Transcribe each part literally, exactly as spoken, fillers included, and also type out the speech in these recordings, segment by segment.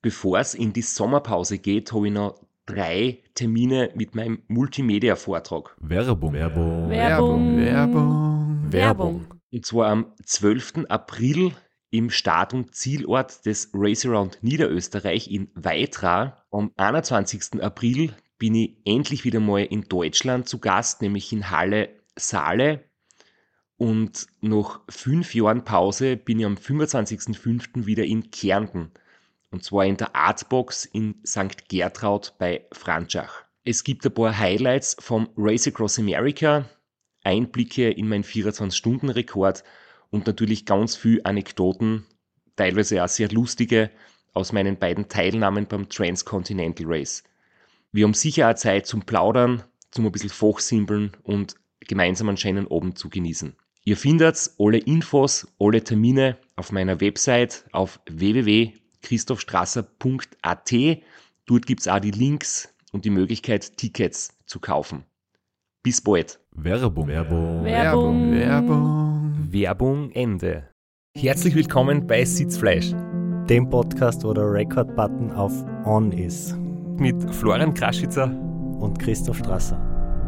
Bevor es in die Sommerpause geht, habe ich noch drei Termine mit meinem Multimedia-Vortrag. Werbung. Werbung. Werbung. Werbung. Werbung. Und zwar am zwölften April im Start- und Zielort des Race Around Niederösterreich in Weitra. Am einundzwanzigsten April bin ich endlich wieder mal in Deutschland zu Gast, nämlich in Halle Saale. Und nach fünf Jahren Pause bin ich am fünfundzwanzigsten fünften wieder in Kärnten. Und zwar in der Artbox in Sankt Gertraud bei Franschach. Es gibt ein paar Highlights vom Race Across America, Einblicke in meinen vierundzwanzig-Stunden-Rekord und natürlich ganz viele Anekdoten, teilweise auch sehr lustige, aus meinen beiden Teilnahmen beim Transcontinental Race. Wir haben sicher auch Zeit zum Plaudern, zum ein bisschen fachsimpeln und gemeinsam einen schönen Abend zu genießen. Ihr findet alle Infos, alle Termine auf meiner Website auf w w w punkt christophstrasser punkt a t. Dort gibt es auch die Links und die Möglichkeit, Tickets zu kaufen. Bis bald. Werbung. Werbung. Werbung. Werbung. Werbung Ende. Herzlich willkommen bei Sitzfleisch Dem Podcast, wo der Record-Button auf On ist. mit Florian Kraschitzer. Und Christoph Strasser.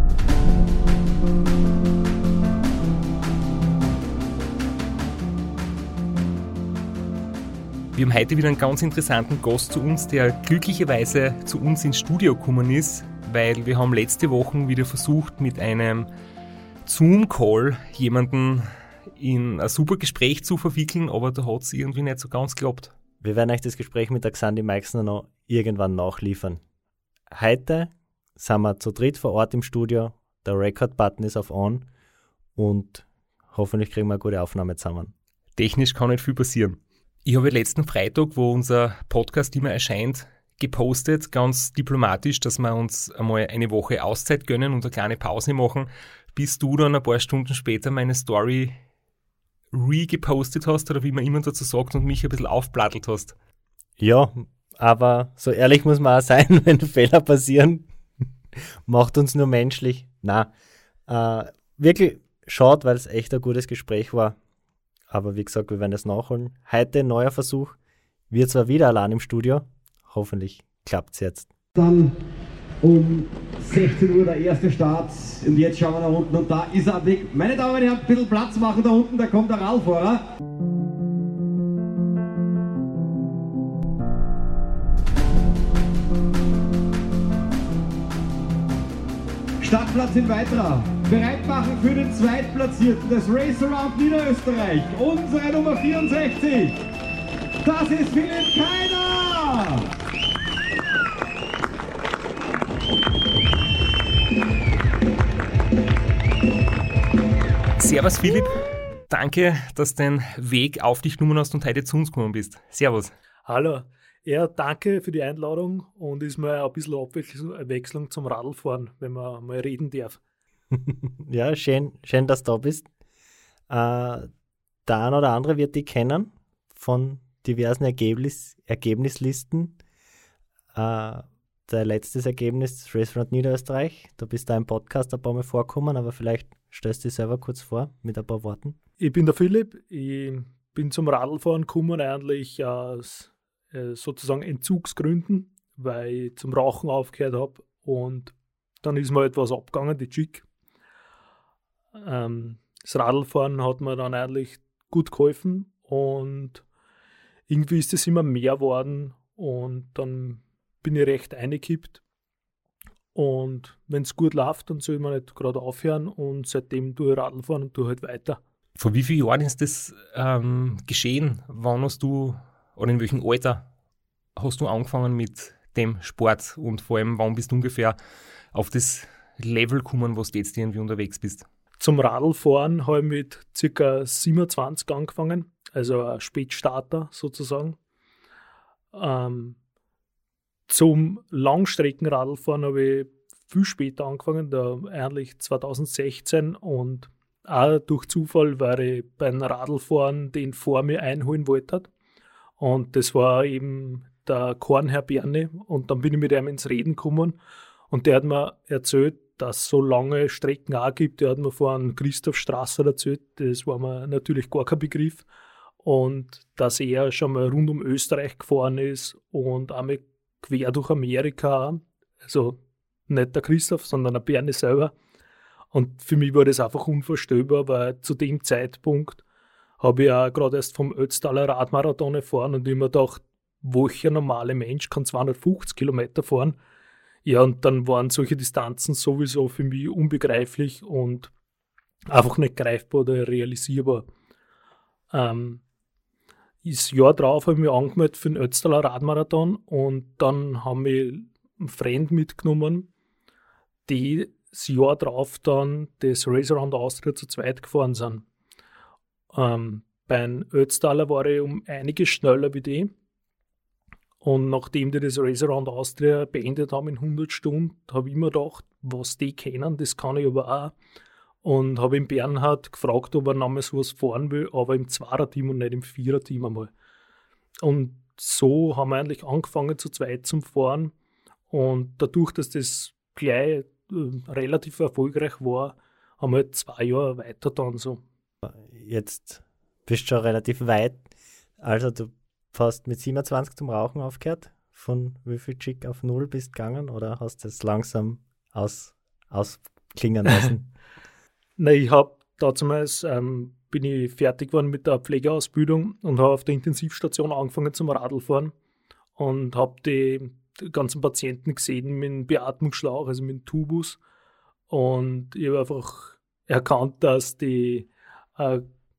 Wir haben heute wieder einen ganz interessanten Gast zu uns, der glücklicherweise zu uns ins Studio gekommen ist, weil wir haben letzte Woche wieder versucht, mit einem Zoom-Call jemanden in ein super Gespräch zu verwickeln, aber da hat es irgendwie nicht so ganz geklappt. Wir werden euch das Gespräch mit der Xandi Meixner noch irgendwann nachliefern. Heute sind wir zu dritt vor Ort im Studio, der Record-Button ist auf On und hoffentlich kriegen wir eine gute Aufnahme zusammen. Technisch kann nicht viel passieren. Ich habe letzten Freitag, wo unser Podcast immer erscheint, gepostet, ganz diplomatisch, dass wir uns einmal eine Woche Auszeit gönnen und eine kleine Pause machen, bis du dann ein paar Stunden später meine Story re-gepostet hast oder wie man immer dazu sagt und mich ein bisschen aufplattelt hast. Ja, aber so ehrlich muss man auch sein, wenn Fehler passieren, macht uns nur menschlich. Nein, äh, wirklich schade, weil es echt ein gutes Gespräch war. Aber wie gesagt, wir werden das nachholen. Heute ein neuer Versuch. Wir zwar wieder allein im Studio. Hoffentlich klappt es jetzt. Dann um sechzehn Uhr der erste Start. Und jetzt schauen wir nach unten und da ist er am Weg. Meine Damen und Herren, ein bisschen Platz machen da unten, da kommt der Radfahrer. Startplatz in Weitra. Bereit machen für den Zweitplatzierten des Race Around Niederösterreich. Unsere Nummer vierundsechzig. Das ist Philipp Keiner. Servus Philipp, danke, dass du den Weg auf dich genommen hast und heute zu uns gekommen bist. Servus. Hallo. Ja, danke für die Einladung und ist mal ein bisschen Abwechslung zum Radlfahren, wenn man mal reden darf. Ja, schön, schön, dass du da bist. Äh, der eine oder andere wird dich kennen von diversen Ergebnis, Ergebnislisten. Äh, dein letztes Ergebnis, Race Around Niederösterreich, da bist du im Podcast ein paar Mal vorgekommen, aber vielleicht stellst du dich selber kurz vor mit ein paar Worten. Ich bin der Philipp, ich bin zum Radlfahren gekommen eigentlich aus äh, sozusagen Entzugsgründen, weil ich zum Rauchen aufgehört habe und dann ist mir etwas abgegangen, die Chick. Ähm, das Radlfahren hat mir dann eigentlich gut geholfen und irgendwie ist es immer mehr geworden und dann bin ich recht eingekippt. Und wenn es gut läuft, dann soll man nicht gerade aufhören und seitdem tue ich Radlfahren und tue halt weiter. Vor wie vielen Jahren ist das ähm, geschehen? Wann hast du, oder in welchem Alter hast du angefangen mit dem Sport und vor allem, wann bist du ungefähr auf das Level gekommen, was du jetzt irgendwie unterwegs bist? Zum Radlfahren habe ich mit ca. siebenundzwanzig angefangen, also ein Spätstarter sozusagen. Ähm, zum Langstreckenradlfahren habe ich viel später angefangen, da eigentlich zweitausendsechzehn und auch durch Zufall, weil ich beim Radlfahren den vor mir einholen wollte. Und das war eben der Kornherr Berni und dann bin ich mit ihm ins Reden gekommen und der hat mir erzählt, dass es so lange Strecken auch gibt. Der hat mir vorhin Christoph Strasser erzählt, das war mir natürlich gar kein Begriff. und dass er schon mal rund um Österreich gefahren ist und einmal quer durch Amerika, also nicht der Christoph, sondern der Bernie selber. Und für mich war das einfach unvorstellbar, weil zu dem Zeitpunkt habe ich auch gerade erst vom Ötztaler Radmarathon erfahren und ich mir gedacht, welcher normale Mensch kann zweihundertfünfzig Kilometer fahren? Ja, und dann waren solche Distanzen sowieso für mich unbegreiflich und einfach nicht greifbar oder realisierbar. Ähm, das Jahr drauf habe ich mich angemeldet für den Ötztaler Radmarathon und dann haben wir einen Freund mitgenommen, die das Jahr drauf dann das Race Around Austria zu zweit gefahren sind. Ähm, beim Ötztaler war ich um einiges schneller wie die. Und nachdem die das Race Around Austria beendet haben in hundert Stunden, habe ich mir gedacht, was die kennen, das kann ich aber auch. Und habe ihn Bernhard gefragt, ob er nochmal sowas fahren will, aber im Zweier-Team und nicht im Vierer-Team einmal. Und so haben wir eigentlich angefangen zu zweit zum Fahren. Und dadurch, dass das gleich äh, relativ erfolgreich war, haben wir halt zwei Jahre weiter dann so. Jetzt bist du schon relativ weit. Also du hast mit siebenundzwanzig zum Rauchen aufgehört. Von wie viel Chick auf null bist gegangen oder hast du es langsam aus, ausklingen lassen? Nein, ich habe damals ähm, bin ich fertig geworden mit der Pflegeausbildung und habe auf der Intensivstation angefangen zum Radlfahren und habe die, die ganzen Patienten gesehen mit dem Beatmungsschlauch, also mit dem Tubus. Und ich habe einfach erkannt, dass die äh,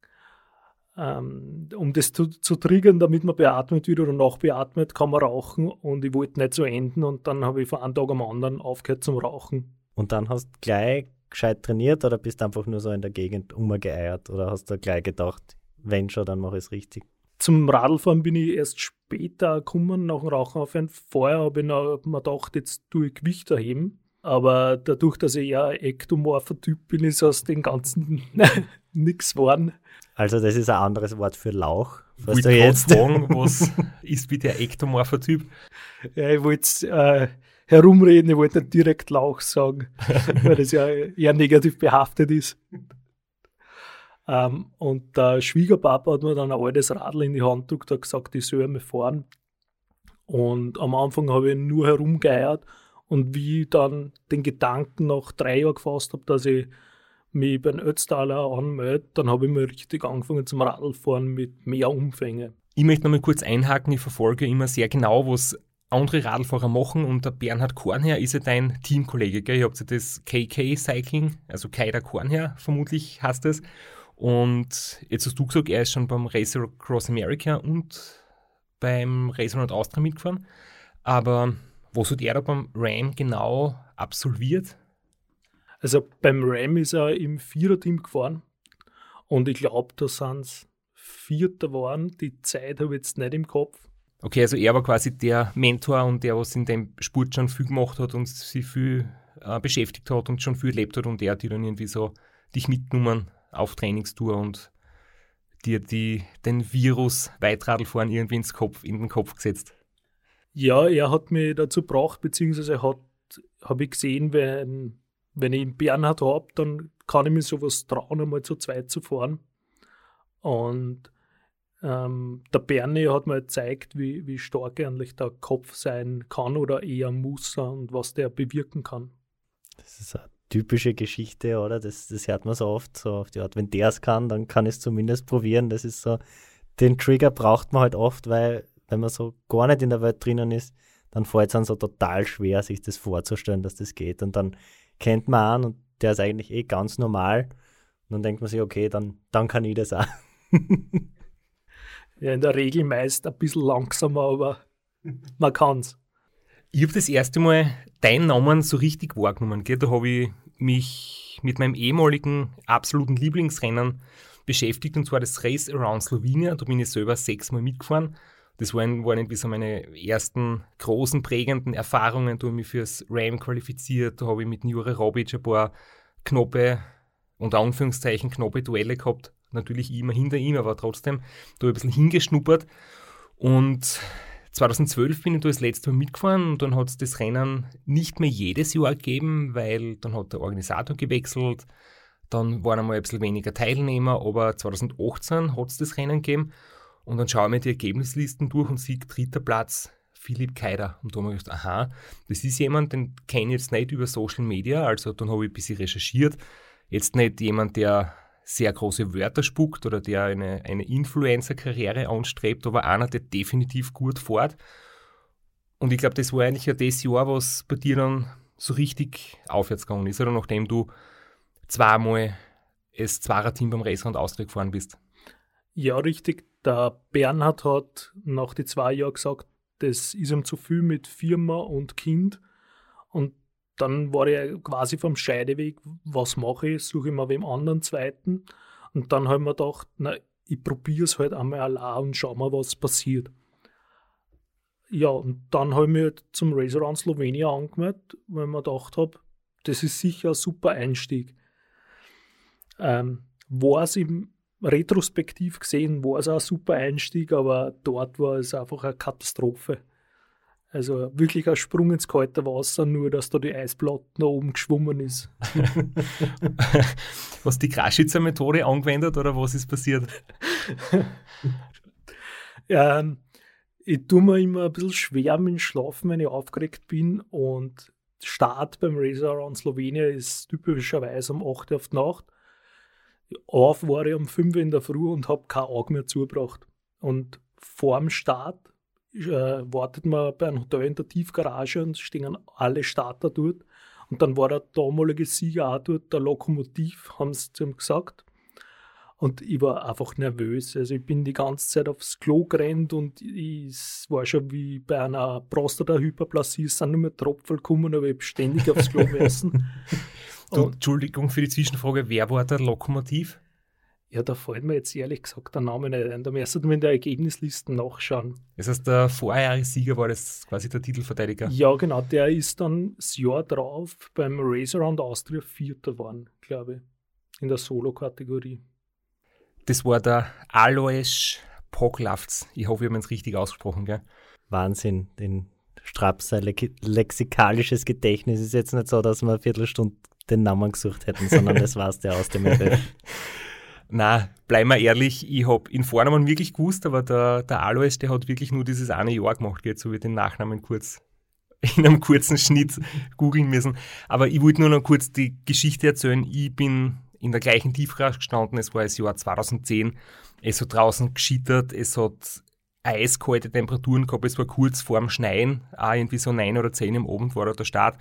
ähm, um das zu, zu triggern, damit man beatmet wird oder nachbeatmet, kann man rauchen und ich wollte nicht so enden und dann habe ich von einem Tag am anderen aufgehört zum Rauchen. Und dann hast du gleich gescheit trainiert oder bist du einfach nur so in der Gegend umgeeiert oder hast du gleich gedacht, wenn schon, dann mache ich es richtig? Zum Radlfahren bin ich erst später gekommen, nach dem Rauchen aufhören. Vorher habe ich noch, mir gedacht, jetzt tue ich Gewicht erheben. Aber dadurch, dass ich ja ein ektomorpher Typ bin, ist aus dem Ganzen nichts geworden. Also das ist ein anderes Wort für Lauch. Was du jetzt fragen, was ist bitte ein ektomorpher Typ? Ja, ich wollte äh, herumreden, ich wollte nicht direkt Lauch sagen, weil das ja eher negativ behaftet ist. Ähm, und der Schwiegerpapa hat mir dann ein altes Radl in die Hand gedrückt und gesagt, ich soll einmal fahren. Und am Anfang habe ich nur herumgeeiert. Und wie ich dann den Gedanken nach drei Jahren gefasst habe, dass ich mich beim Ötztaler anmelde, dann habe ich mir richtig angefangen zum Radlfahren mit mehr Umfänge. Ich möchte noch mal kurz einhaken, ich verfolge immer sehr genau, was andere Radlfahrer machen und der Bernhard Kornherr ist ja dein Teamkollege, gell? Ihr habt ja das K K Cycling, also Keider Kornherr vermutlich heißt es. Und jetzt hast du gesagt, er ist schon beim Race Across America und beim Race Around Austria mitgefahren, aber was hat er da beim Ram genau absolviert? Also beim Ram ist er im Viererteam gefahren und ich glaube, da sind es Vierter waren. Die Zeit habe ich jetzt nicht im Kopf. Okay, also er war quasi der Mentor und der, was in dem Sport schon viel gemacht hat und sich viel äh, beschäftigt hat und schon viel erlebt hat und der hat die dann irgendwie so dich mitgenommen auf Trainingstour und dir die, den Virus Weitradlfahren irgendwie ins Kopf, in den Kopf gesetzt. Ja, er hat mich dazu gebracht, beziehungsweise hat, habe ich gesehen, wenn, wenn ich einen Bernhard habe, dann kann ich mir sowas trauen, einmal zu zweit zu fahren. Und ähm, der Bernie hat mir gezeigt, wie, wie stark eigentlich der Kopf sein kann oder eher muss und was der bewirken kann. Das ist eine typische Geschichte, oder? Das, das hört man so oft, so auf die Art, wenn der es kann, dann kann ich es zumindest probieren. Das ist so, den Trigger braucht man halt oft, weil wenn man so gar nicht in der Welt drinnen ist, dann fällt es dann so total schwer, sich das vorzustellen, dass das geht. Und dann kennt man an und der ist eigentlich eh ganz normal. Und dann denkt man sich, okay, dann, dann kann ich das auch. Ja, in der Regel meist ein bisschen langsamer, aber man kann es. Ich habe das erste Mal deinen Namen so richtig wahrgenommen. Gell? Da habe ich mich mit meinem ehemaligen absoluten Lieblingsrennen beschäftigt, und zwar das Race Around Slovenia. Da bin ich selber sechsmal mitgefahren. Das waren, waren irgendwie so meine ersten großen, prägenden Erfahrungen. Da habe ich mich fürs Ram qualifiziert. Da habe ich mit Jure Robic ein paar knappe, unter Anführungszeichen, knappe Duelle gehabt. Natürlich immer hinter ihm, aber trotzdem da habe ich ein bisschen hingeschnuppert. Und zweitausendzwölf bin ich da das letzte Mal mitgefahren und dann hat es das Rennen nicht mehr jedes Jahr gegeben, weil dann hat der Organisator gewechselt. Dann waren einmal ein bisschen weniger Teilnehmer, aber zwanzig achtzehn hat es das Rennen gegeben. Und dann schaue ich mir die Ergebnislisten durch und sehe, dritter Platz, Philipp Keider. Und da habe ich gedacht, aha, das ist jemand, den kenne ich jetzt nicht über Social Media, also dann habe ich ein bisschen recherchiert. Jetzt nicht jemand, der sehr große Wörter spuckt oder der eine, eine Influencer-Karriere anstrebt, aber einer, der definitiv gut fährt. Und ich glaube, das war eigentlich ja das Jahr, was bei dir dann so richtig aufwärts gegangen ist, oder nachdem du zweimal das Zweierteam beim Racerand Austria gefahren bist. Ja, richtig. Der Bernhard hat nach den zwei Jahren gesagt, das ist ihm zu viel mit Firma und Kind. Und dann war ich quasi vom Scheideweg, was mache ich, suche ich mir wem anderen Zweiten. Und dann habe ich mir gedacht, na, ich probiere es halt einmal allein und schau mal, was passiert. Ja, und dann habe ich mich halt zum Racerand Slowenien angemeldet, weil ich mir gedacht habe, das ist sicher ein super Einstieg. Ähm, war es im retrospektiv gesehen, war es auch ein super Einstieg, aber dort war es einfach eine Katastrophe. Also wirklich ein Sprung ins kalte Wasser, nur dass da die Eisplatte nach oben geschwommen ist. Hast du die Kraschitzer Methode angewendet oder was ist passiert? ähm, ich tue mir immer ein bisschen schwer mit dem Schlafen, wenn ich aufgeregt bin, und Start beim Racerand Slowenien ist typischerweise um acht Uhr auf die Nacht. Auf war ich um fünf Uhr in der Früh und habe kein Auge mehr zugebracht. Und vor dem Start äh, wartet man bei einem Hotel in der Tiefgarage und stehen alle Starter dort. Und dann war der damalige Sieger auch dort, der Lokomotiv, haben sie zu ihm gesagt. Und ich war einfach nervös. Also ich bin die ganze Zeit aufs Klo gerannt und ich, es war schon wie bei einer Prostata-Hyperplasie, es sind nur mehr Tropfen gekommen, aber ich habe ständig aufs Klo müssen. Du, Entschuldigung für die Zwischenfrage, wer war der Lokomotiv? Ja, da fällt mir jetzt ehrlich gesagt der Name nicht ein. Da müsste man in der Ergebnisliste nachschauen. Das heißt, der Vorjahressieger war das quasi der Titelverteidiger? Ja, genau. Der ist dann das Jahr drauf beim Racerand Austria Vierter geworden, glaube ich, in der Solo-Kategorie. Das war der Alois Poglavtz. Ich hoffe, wir haben es richtig ausgesprochen, gell? Wahnsinn, den Strapser le- lexikalisches Gedächtnis ist jetzt nicht so, dass wir eine Viertelstunde den Namen gesucht hätten, sondern das war's der aus dem F F. Na, bleiben wir ehrlich, ich habe ihn Vornamen wirklich gewusst, aber der, der Alois, der hat wirklich nur dieses eine Jahr gemacht, jetzt so wie den Nachnamen kurz in einem kurzen Schnitt googeln müssen. Aber ich wollte nur noch kurz die Geschichte erzählen. Ich bin in der gleichen Tiefgarage gestanden, es war das Jahr zweitausendzehn, es hat draußen geschittert, es hat eiskalte Temperaturen gehabt, es war kurz vorm Schneien, auch irgendwie so neun oder zehn am Abend war da der Start.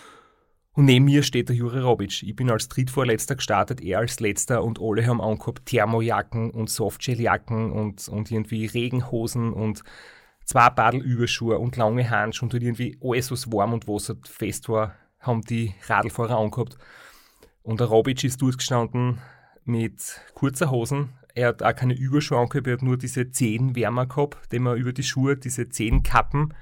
Und neben mir steht der Juri Robic. Ich bin als Drittvorletzter gestartet, er als Letzter, und alle haben angehabt Thermojacken und Softshelljacken und, und irgendwie Regenhosen und zwei Padelüberschuhe und lange Handschuhe und halt irgendwie alles, was warm und wasserfest war, haben die Radlfahrer angehabt. Und der Robic ist durchgestanden mit kurzer Hosen. Er hat auch keine Überschuhe angehabt, er hat nur diese Zehenwärmer gehabt, die man über die Schuhe, diese Zehenkappen,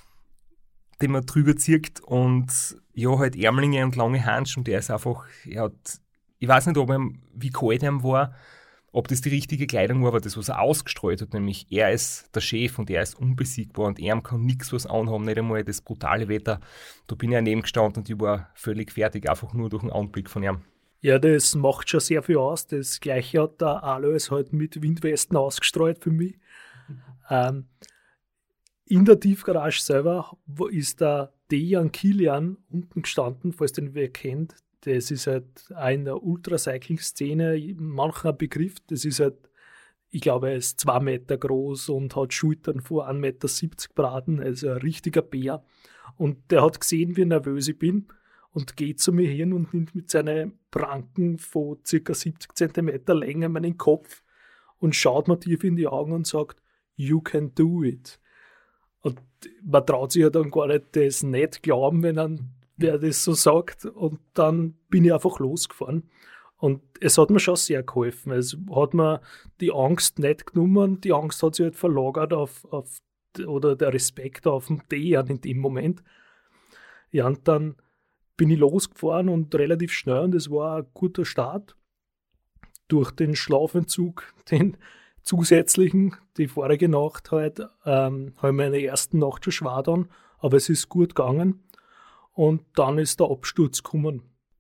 die man drüber zieht, und ja, halt Ärmlinge und lange Handschuhe, und er ist einfach, er hat, ich weiß nicht, ob er, wie kalt er war, ob das die richtige Kleidung war, aber das, was er ausgestreut hat, nämlich er ist der Chef und er ist unbesiegbar und er kann nichts was anhaben, nicht einmal das brutale Wetter. Da bin ich daneben gestanden und ich war völlig fertig, einfach nur durch den Anblick von ihm. Ja, das macht schon sehr viel aus. Das Gleiche hat der Alois halt mit Windwesten ausgestreut für mich. Mhm. Ähm, in der Tiefgarage selber ist der Dejan Kilian unten gestanden, falls den wer kennt. Das ist halt auch in der Ultracycling-Szene mancher Begriff. Das ist halt, ich glaube, er ist zwei Meter groß und hat Schultern von ein Meter siebzig Braten, also ein richtiger Bär. Und der hat gesehen, wie nervös ich bin, und geht zu mir hin und nimmt mit seinen Pranken von ca. siebzig Zentimeter Länge meinen Kopf und schaut mir tief in die Augen und sagt, "You can do it." Und man traut sich ja dann gar nicht das nicht glauben, wenn dann wer das so sagt. Und dann bin ich einfach losgefahren. Und es hat mir schon sehr geholfen. Es hat mir die Angst nicht genommen. Die Angst hat sich halt verlagert auf, auf oder der Respekt auf den Dejan in dem Moment. Ja, und dann bin ich losgefahren und relativ schnell, und es war ein guter Start. Durch den Schlafentzug, den zusätzlichen, die vorige Nacht halt, ähm, habe ich meine ersten Nacht schon schwadern, aber es ist gut gegangen. Und dann ist der Absturz gekommen.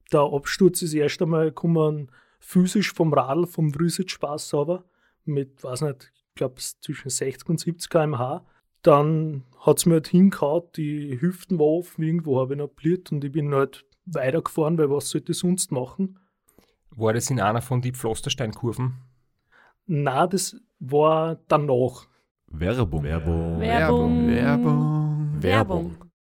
der Absturz ist erst einmal gekommen, physisch vom Radl, vom Rüsitzspaß sauber, mit, weiß nicht, ich glaube zwischen sechzig und siebzig Kilometer pro Stunde. Dann hat es mir halt hingehauen, die Hüften war offen, irgendwo habe ich noch bliert und ich bin halt weitergefahren, weil was sollte ich sonst machen? War das in einer von den Pflastersteinkurven? Nein, das war danach. Werbung. Werbung. Werbung. Werbung. Werbung.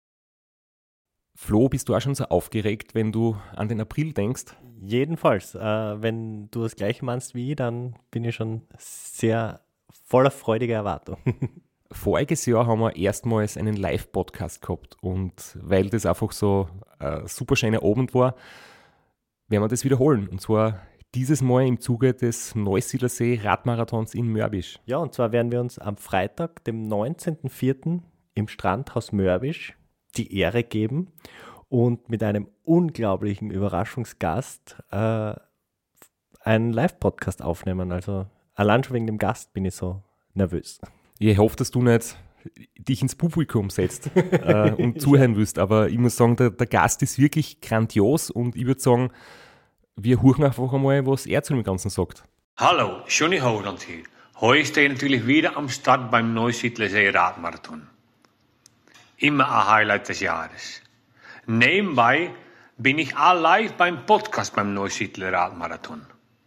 Flo, bist du auch schon so aufgeregt, wenn du an den April denkst? Jedenfalls, äh, wenn du das gleiche meinst wie ich, dann bin ich schon sehr voller freudiger Erwartung. Voriges Jahr haben wir erstmals einen Live-Podcast gehabt und weil das einfach so ein super schöner Abend war, werden wir das wiederholen. Und zwar dieses Mal im Zuge des Neusiedlersee Radmarathons in Mörbisch. Ja, und zwar werden wir uns am Freitag, dem neunzehnten vierten im Strandhaus Mörbisch die Ehre geben und mit einem unglaublichen Überraschungsgast äh, einen Live-Podcast aufnehmen. Also allein schon wegen dem Gast bin ich so nervös. Ich hoffe, dass du nicht dich ins Publikum setzt äh, und zuhören willst, aber ich muss sagen, der, der Gast ist wirklich grandios und ich würde sagen, wir hören einfach einmal, was er zu dem Ganzen sagt. Hallo, Johnny Hogeland hier. Heute stehe ich natürlich wieder am Start beim Neusiedlersee Radmarathon. Immer ein Highlight des Jahres. Nebenbei bin ich all live beim Podcast beim Neusiedler Radmarathon.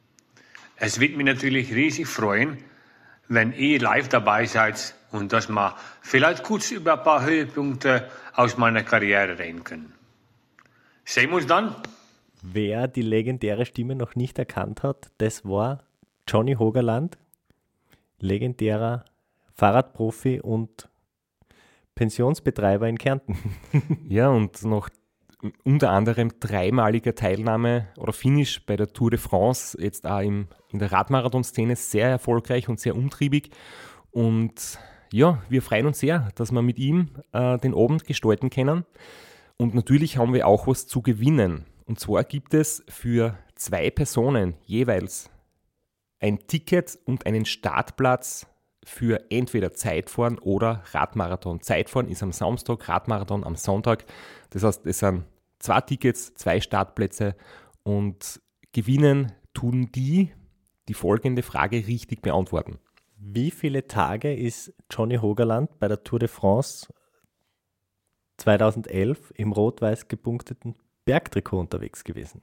Es wird mich natürlich riesig freuen, wenn ihr live dabei seid und dass wir vielleicht kurz über ein paar Höhepunkte aus meiner Karriere reden können. Sehen wir uns dann. Wer die legendäre Stimme noch nicht erkannt hat, das war Johnny Hogeland, legendärer Fahrradprofi und Pensionsbetreiber in Kärnten. Ja, und noch unter anderem dreimaliger Teilnahme oder Finish bei der Tour de France, jetzt auch im, in der Radmarathon-Szene sehr erfolgreich und sehr umtriebig. Und ja, wir freuen uns sehr, dass wir mit ihm äh, den Abend gestalten können. Und natürlich haben wir auch was zu gewinnen. Und zwar gibt es für zwei Personen jeweils ein Ticket und einen Startplatz für entweder Zeitfahren oder Radmarathon. Zeitfahren ist am Samstag, Radmarathon am Sonntag. Das heißt, es sind zwei Tickets, zwei Startplätze und gewinnen tun die, die folgende Frage richtig beantworten. Wie viele Tage ist Johnny Hogeland bei der Tour de France zweitausendelf im rot-weiß gepunkteten Bergtrikot unterwegs gewesen?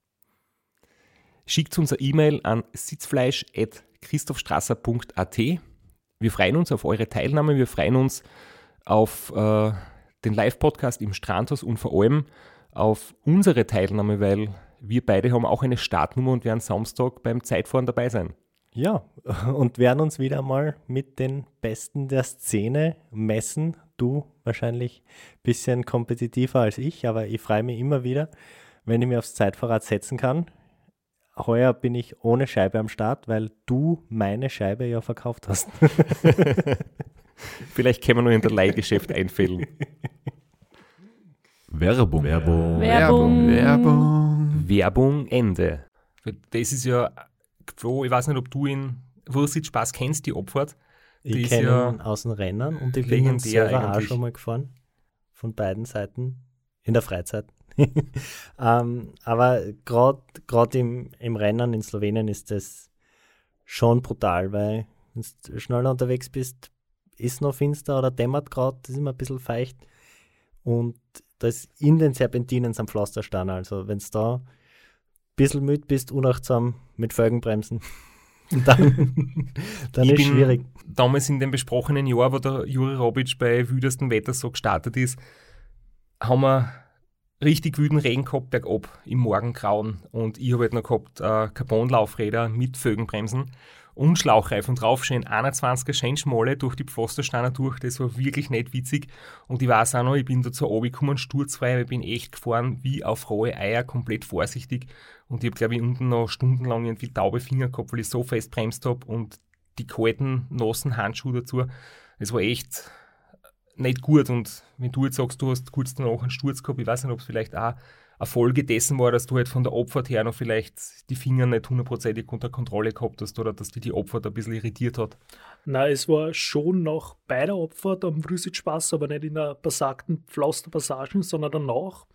Schickt uns eine E-Mail an sitzfleisch at christophstrasser punkt a t. Wir freuen uns auf eure Teilnahme, wir freuen uns auf äh, den Live-Podcast im Strandhaus und vor allem auf unsere Teilnahme, weil wir beide haben auch eine Startnummer und werden Samstag beim Zeitfahren dabei sein. Ja, und werden uns wieder mal mit den Besten der Szene messen. Du wahrscheinlich ein bisschen kompetitiver als ich, aber ich freue mich immer wieder, wenn ich mich aufs Zeitfahrrad setzen kann. Heuer bin ich ohne Scheibe am Start, weil du meine Scheibe ja verkauft hast. Vielleicht können wir nur in der Leihgeschäft einfällen. Werbung. Werbung. Werbung. Werbung. Werbung Ende. Das ist ja, Flo, ich weiß nicht, ob du in Rüsitzspaß kennst, die Abfahrt. Die Ich ist kenne ja ihn aus den Rennen und ich bin ihn legendär selber auch eigentlich. schon mal gefahren. Von beiden Seiten. In der Freizeit. ähm, aber gerade im, im Rennen in Slowenien ist das schon brutal, weil wenn du schneller unterwegs bist, ist noch finster oder dämmert gerade, das ist immer ein bisschen feucht. Und da ist in den Serpentinen am Pflasterstein. Also wenn du da ein bisschen müde bist, unachtsam mit Felgenbremsen, dann, dann Ich ist bin schwierig. Damals in dem besprochenen Jahr, wo der Juri Robic bei wüdestem Wetter so gestartet ist, haben wir richtig wüden Regen gehabt bergab im Morgengrauen und ich habe halt noch gehabt äh, Carbonlaufräder mit Felgenbremsen und Schlauchreifen drauf, schön einundzwanziger schön schmale durch die Pflastersteiner durch, das war wirklich nicht witzig und ich weiß auch noch, ich bin da zur Obi gekommen, sturzfrei, ich bin echt gefahren wie auf rohe Eier, komplett vorsichtig und ich habe glaube ich unten noch stundenlang irgendwie taube Finger gehabt, weil ich so fest bremst habe und die kalten, nassen Handschuhe dazu, es war echt nicht gut und wenn du jetzt sagst, du hast kurz danach einen Sturz gehabt, ich weiß nicht, ob es vielleicht auch eine Folge dessen war, dass du halt von der Abfahrt her noch vielleicht die Finger nicht hundertprozentig unter Kontrolle gehabt hast oder dass dich die Abfahrt ein bisschen irritiert hat. Nein, es war schon noch bei der Abfahrt am Rüsitzspaß, aber nicht in der besagten Pflasterpassagen, sondern danach.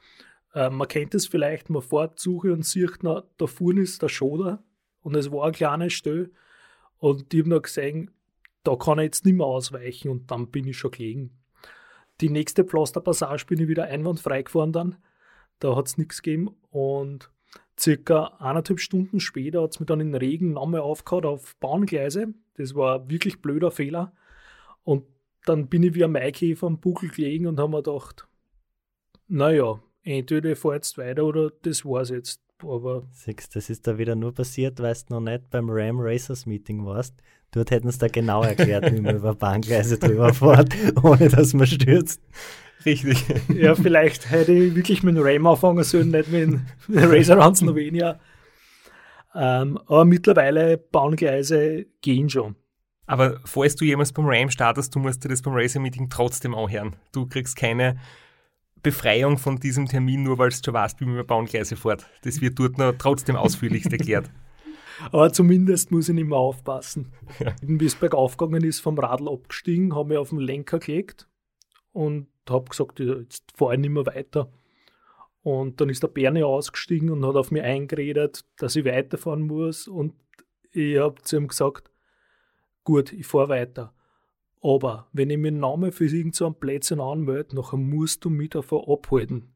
Äh, man kennt es vielleicht, man fährt Suche und sieht, na, da vorne ist der Schoder und es war ein kleines Stell und ich habe noch gesehen, da kann ich jetzt nicht mehr ausweichen und dann bin ich schon gelegen. Die nächste Pflasterpassage bin ich wieder einwandfrei gefahren dann, da hat es nichts gegeben und circa eineinhalb Stunden später hat es mir dann in Regen nochmal aufgehört auf Bahngleise, das war ein wirklich blöder Fehler und dann bin ich wie ein Maikäfer am Buckel gelegen und habe mir gedacht, naja, entweder ich fahre jetzt weiter oder das war's jetzt. Aber Siehst, das ist da wieder nur passiert, weil du noch nicht beim Ram Racers Meeting warst. Dort hätten sie da genau erklärt, wie man über Bahngleise drüber fährt, ohne dass man stürzt. Richtig. ja, vielleicht hätte ich wirklich mit dem Ram anfangen sollen, nicht mit dem Racer Around Slovenia. Ähm, aber mittlerweile Bahngleise gehen schon. Aber falls du jemals beim Ram startest, du musst dir das beim Racer-Meeting trotzdem anhören. Du kriegst keine Befreiung von diesem Termin, nur weil du schon weißt, wie man über Bahngleise fährt. Das wird dort noch trotzdem ausführlichst erklärt. Aber zumindest muss ich nicht mehr aufpassen. Ja. Wie es bergauf gegangen ist, vom Radl abgestiegen, habe mich auf den Lenker gelegt und habe gesagt, ja, jetzt fahre ich nicht mehr weiter. Und dann ist der Bernie ausgestiegen und hat auf mich eingeredet, dass ich weiterfahren muss. Und ich habe zu ihm gesagt, gut, ich fahre weiter. Aber wenn ich meinen Namen für irgendeinen Plätzchen anmelde, nachher musst du mich davon abhalten.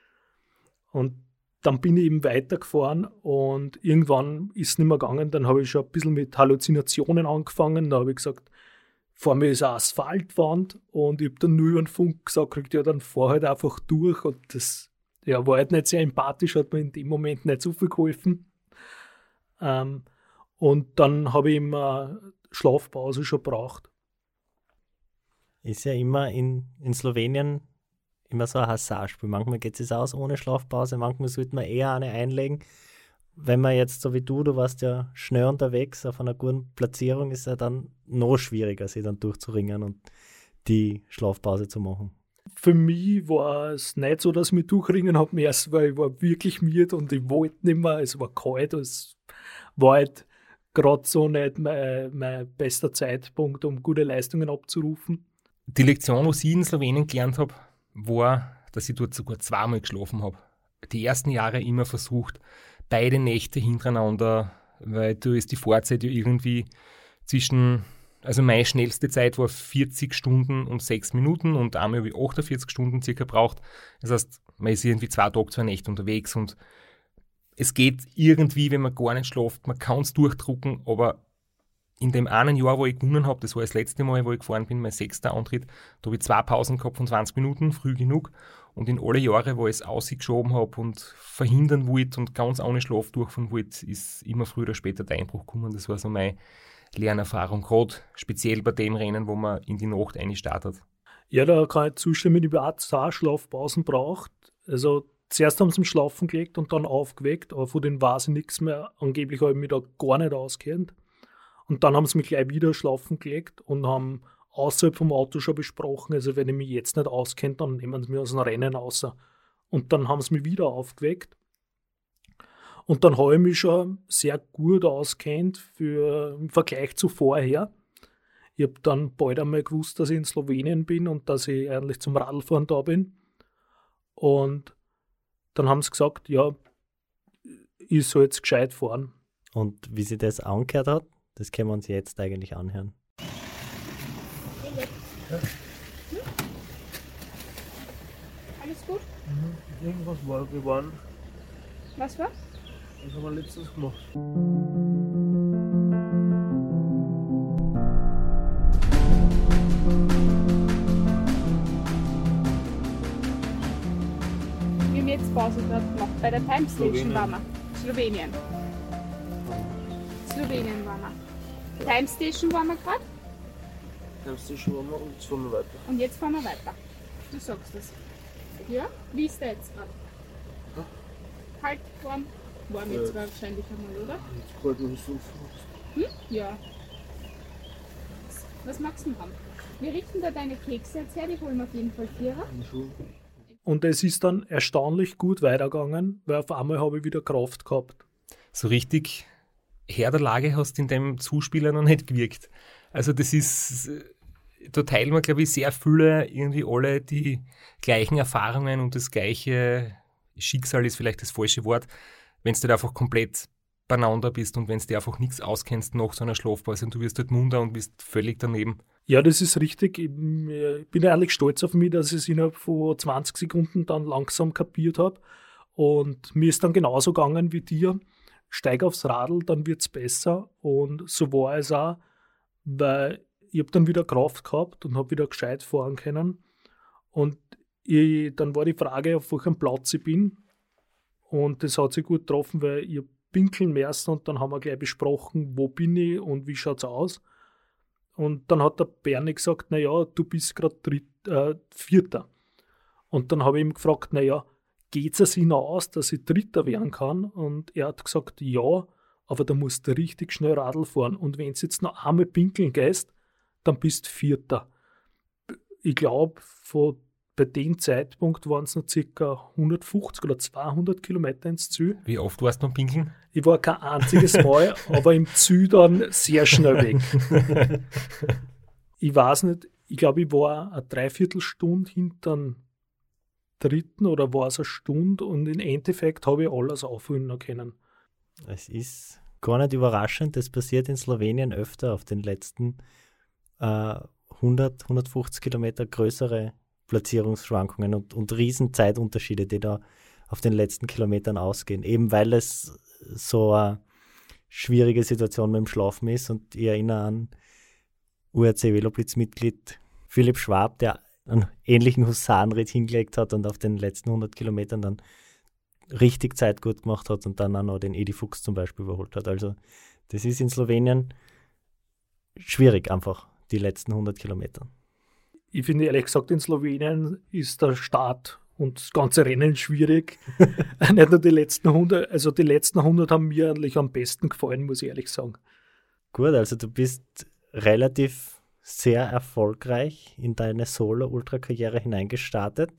Und dann bin ich eben weitergefahren und irgendwann ist es nicht mehr gegangen. Dann habe ich schon ein bisschen mit Halluzinationen angefangen. Da habe ich gesagt, vor mir ist eine Asphaltwand und ich habe dann nur über den Funk gesagt, ja, dann fahr halt einfach durch. Und das ja, war halt nicht sehr empathisch, hat mir in dem Moment nicht so viel geholfen. Ähm, und dann habe ich ihm eine Schlafpause schon gebraucht. Ist ja immer in, in Slowenien immer so ein Hasardspiel. Manchmal geht es aus ohne Schlafpause, manchmal sollte man eher eine einlegen. Wenn man jetzt, so wie du, du warst ja schnell unterwegs, auf einer guten Platzierung, ist es ja dann noch schwieriger, sich dann durchzuringen und die Schlafpause zu machen. Für mich war es nicht so, dass ich mich durchringen habe, erst weil ich war wirklich müde und ich wollte nicht mehr, es war kalt, es war halt gerade so nicht mein, mein bester Zeitpunkt, um gute Leistungen abzurufen. Die Lektion, was ich in Slowenien gelernt habe, war, dass ich dort sogar zweimal geschlafen habe. Die ersten Jahre immer versucht, beide Nächte hintereinander, weil da ist die Fahrzeit ja irgendwie zwischen, also meine schnellste Zeit war vierzig Stunden und sechs Minuten und einmal habe ich achtundvierzig Stunden circa braucht. Das heißt, man ist irgendwie zwei Tage, zwei Nächte unterwegs und es geht irgendwie, wenn man gar nicht schläft, man kann es durchdrucken, aber in dem einen Jahr, wo ich gewonnen habe, das war das letzte Mal, wo ich gefahren bin, mein sechster Antritt, da habe ich zwei Pausen gehabt von zwanzig Minuten, früh genug. Und in alle Jahre, wo ich es ausgeschoben habe und verhindern wollte und ganz ohne Schlaf durchfahren wollte, ist immer früher oder später der Einbruch gekommen. Das war so meine Lernerfahrung, gerade speziell bei dem Rennen, wo man in die Nacht einstartet. Ja, da kann ich zustimmen, ich habe auch zwei Schlafpausen braucht. Also zuerst haben sie mich schlafen gelegt und dann aufgeweckt, aber von denen weiß ich nichts mehr. Angeblich habe ich mich da gar nicht auskennt. Und dann haben sie mich gleich wieder schlafen gelegt und haben außerhalb vom Auto schon besprochen, also wenn ich mich jetzt nicht auskenne, dann nehmen sie mich aus dem Rennen raus. Und dann haben sie mich wieder aufgeweckt. Und dann habe ich mich schon sehr gut auskennt für, im Vergleich zu vorher. Ich habe dann bald einmal gewusst, dass ich in Slowenien bin und dass ich eigentlich zum Radlfahren da bin. Und dann haben sie gesagt, ja, ich soll jetzt gescheit fahren. Und wie sie das angehört hat, das können wir uns jetzt eigentlich anhören. Alles gut? Mhm. Irgendwas war, wir waren. Was war? Was haben wir letztens gemacht? Wir haben jetzt Pause gerade gemacht. Bei der Time Station waren wir. Slowenien. Slowenien waren wir. Time Station waren wir gerade. Time Station waren wir und jetzt fahren wir weiter. Und jetzt fahren wir weiter. Du sagst es. Ja? Wie ist der jetzt gerade? Ja. Kalt, warm? Warm jetzt ja. Wahrscheinlich einmal, oder? Jetzt kalt noch so. Hm? Ja. Was magst du haben? Wir richten da deine Kekse jetzt her, die holen wir auf jeden Fall Vierer. Und es ist dann erstaunlich gut weitergegangen, weil auf einmal habe ich wieder Kraft gehabt. So richtig Herr der Lage hast du in deinem Zuspieler noch nicht gewirkt. Also das ist, da teilen wir, glaube ich, sehr viele, irgendwie alle die gleichen Erfahrungen und das gleiche, Schicksal ist vielleicht das falsche Wort, wenn du halt einfach komplett beieinander bist und wenn du dir einfach nichts auskennst nach so einer Schlafpause und du wirst halt munter und bist völlig daneben. Ja, das ist richtig. Ich bin eigentlich stolz auf mich, dass ich es innerhalb von zwanzig Sekunden dann langsam kapiert habe. Und mir ist dann genauso gegangen wie dir. Steig aufs Radl, dann wird es besser. Und so war es auch, weil ich habe dann wieder Kraft gehabt und habe wieder gescheit fahren können. Und ich, dann war die Frage, auf welchem Platz ich bin. Und das hat sich gut getroffen, weil ich pinkeln müssen und dann haben wir gleich besprochen, wo bin ich und wie schaut es aus. Und dann hat der Bernie gesagt, naja, du bist gerade äh, Vierter. Und dann habe ich ihn gefragt, naja, geht es Ihnen aus, dass ich Dritter werden kann? Und er hat gesagt, ja, aber da musst du richtig schnell Radl fahren. Und wenn du jetzt noch einmal pinkeln gehst, dann bist du Vierter. Ich glaube, bei dem Zeitpunkt waren es noch ca. hundertfünfzig oder zweihundert Kilometer ins Ziel. Wie oft warst du noch pinkeln? Ich war kein einziges Mal, aber im Ziel dann sehr schnell weg. Ich weiß nicht, ich glaube, ich war eine Dreiviertelstunde hinter dem Dritten oder war es eine Stunde und im Endeffekt habe ich alles aufholen noch können. Es ist gar nicht überraschend, das passiert in Slowenien öfter auf den letzten äh, hundert, hundertfünfzig Kilometer größere Platzierungsschwankungen und, und riesen Zeitunterschiede, die da auf den letzten Kilometern ausgehen. Eben weil es so eine schwierige Situation mit dem Schlafen ist. Und ich erinnere an U R C Veloblitz-Mitglied Philipp Schwab, der einen ähnlichen Husarenritt hingelegt hat und auf den letzten hundert Kilometern dann richtig Zeit gut gemacht hat und dann auch noch den Edi Fuchs zum Beispiel überholt hat. Also das ist in Slowenien schwierig einfach, die letzten hundert Kilometer. Ich finde ehrlich gesagt, in Slowenien ist der Start und das ganze Rennen schwierig. Nicht nur die letzten hundert, also die letzten hundert haben mir eigentlich am besten gefallen, muss ich ehrlich sagen. Gut, also du bist relativ sehr erfolgreich in deine Solo-Ultra-Karriere hineingestartet,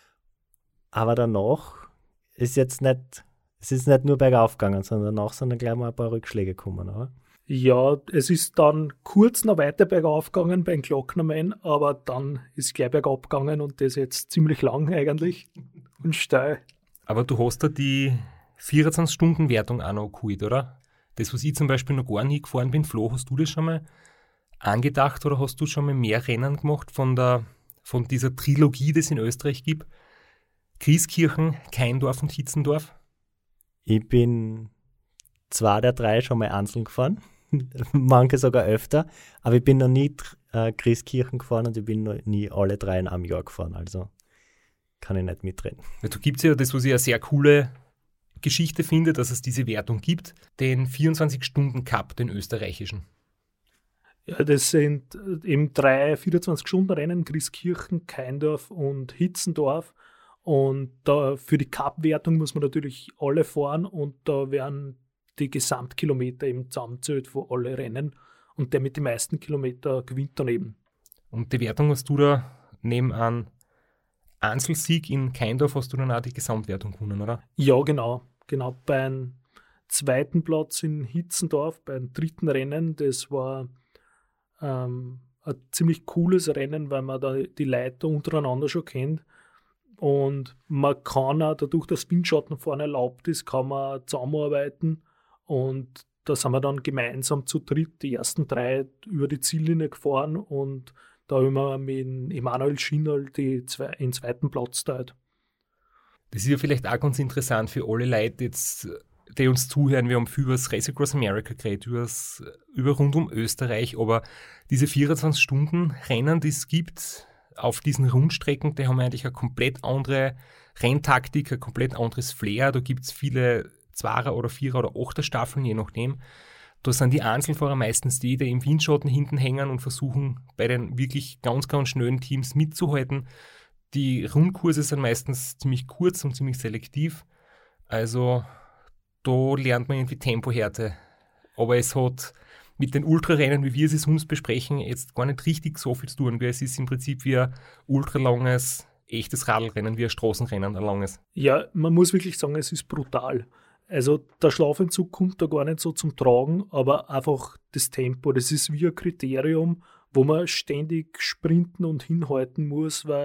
aber danach ist jetzt nicht, es ist nicht nur bergauf gegangen, sondern danach sind dann gleich mal ein paar Rückschläge gekommen, oder? Ja, es ist dann kurz noch weiter bergauf gegangen beim Glocknermann, aber dann ist es gleich bergab gegangen und das jetzt ziemlich lang eigentlich und steil. Aber du hast da die vierundzwanzig-Stunden-Wertung auch noch geholt, oder? Das, was ich zum Beispiel noch gar nie gefahren bin, Flo, hast du das schon mal angedacht oder hast du schon mal mehr Rennen gemacht von, der, von dieser Trilogie, die es in Österreich gibt? Grieskirchen, Keindorf und Hitzendorf? Ich bin zwei der drei schon mal einzeln gefahren. Manche sogar öfter, aber ich bin noch nie äh, Grieskirchen gefahren und ich bin noch nie alle drei in einem Jahr gefahren, also kann ich nicht mitreden. Ja, da gibt es ja das, was ich eine sehr coole Geschichte finde, dass es diese Wertung gibt, den vierundzwanzig-Stunden-Cup, den österreichischen. Ja, das sind eben drei vierundzwanzig-Stunden-Rennen, Grieskirchen, Keindorf und Hitzendorf. Und da für die Cup-Wertung muss man natürlich alle fahren und da werden die Gesamtkilometer eben zusammenzählt von allen Rennen und der mit den meisten Kilometer gewinnt dann eben. Und die Wertung hast du da neben einem Einzelsieg in Keindorf hast du dann auch die Gesamtwertung gewonnen, oder? Ja, genau. Genau. Beim zweiten Platz in Hitzendorf, beim dritten Rennen, das war ähm, ein ziemlich cooles Rennen, weil man da die Leute untereinander schon kennt. Und man kann auch, dadurch, dass Windschatten vorne erlaubt ist, kann man zusammenarbeiten. Und da sind wir dann gemeinsam zu dritt, die ersten drei, über die Ziellinie gefahren. Und da haben wir mit Emanuel Schinnal die zwei, den zweiten Platz teilt. Das ist ja vielleicht auch ganz interessant für alle Leute, jetzt, die uns zuhören. Wir haben viel über das Race Across America geredet, über, das, über rund um Österreich. Aber diese vierundzwanzig-Stunden-Rennen, die es gibt auf diesen Rundstrecken, die haben eigentlich eine komplett andere Renntaktik, ein komplett anderes Flair. Da gibt es viele Zweier- oder Vierer- oder Achter Staffeln, je nachdem. Da sind die Einzelfahrer meistens die, die im Windschatten hinten hängen und versuchen, bei den wirklich ganz, ganz schnellen Teams mitzuhalten. Die Rundkurse sind meistens ziemlich kurz und ziemlich selektiv. Also da lernt man irgendwie Tempohärte. Aber es hat mit den Ultrarennen, wie wir es uns besprechen, jetzt gar nicht richtig so viel zu tun. Es ist im Prinzip wie ein ultralanges, echtes Radlrennen, wie ein Straßenrennen, ein langes. Ja, man muss wirklich sagen, es ist brutal. Also der Schlafentzug kommt da gar nicht so zum Tragen, aber einfach das Tempo, das ist wie ein Kriterium, wo man ständig sprinten und hinhalten muss, weil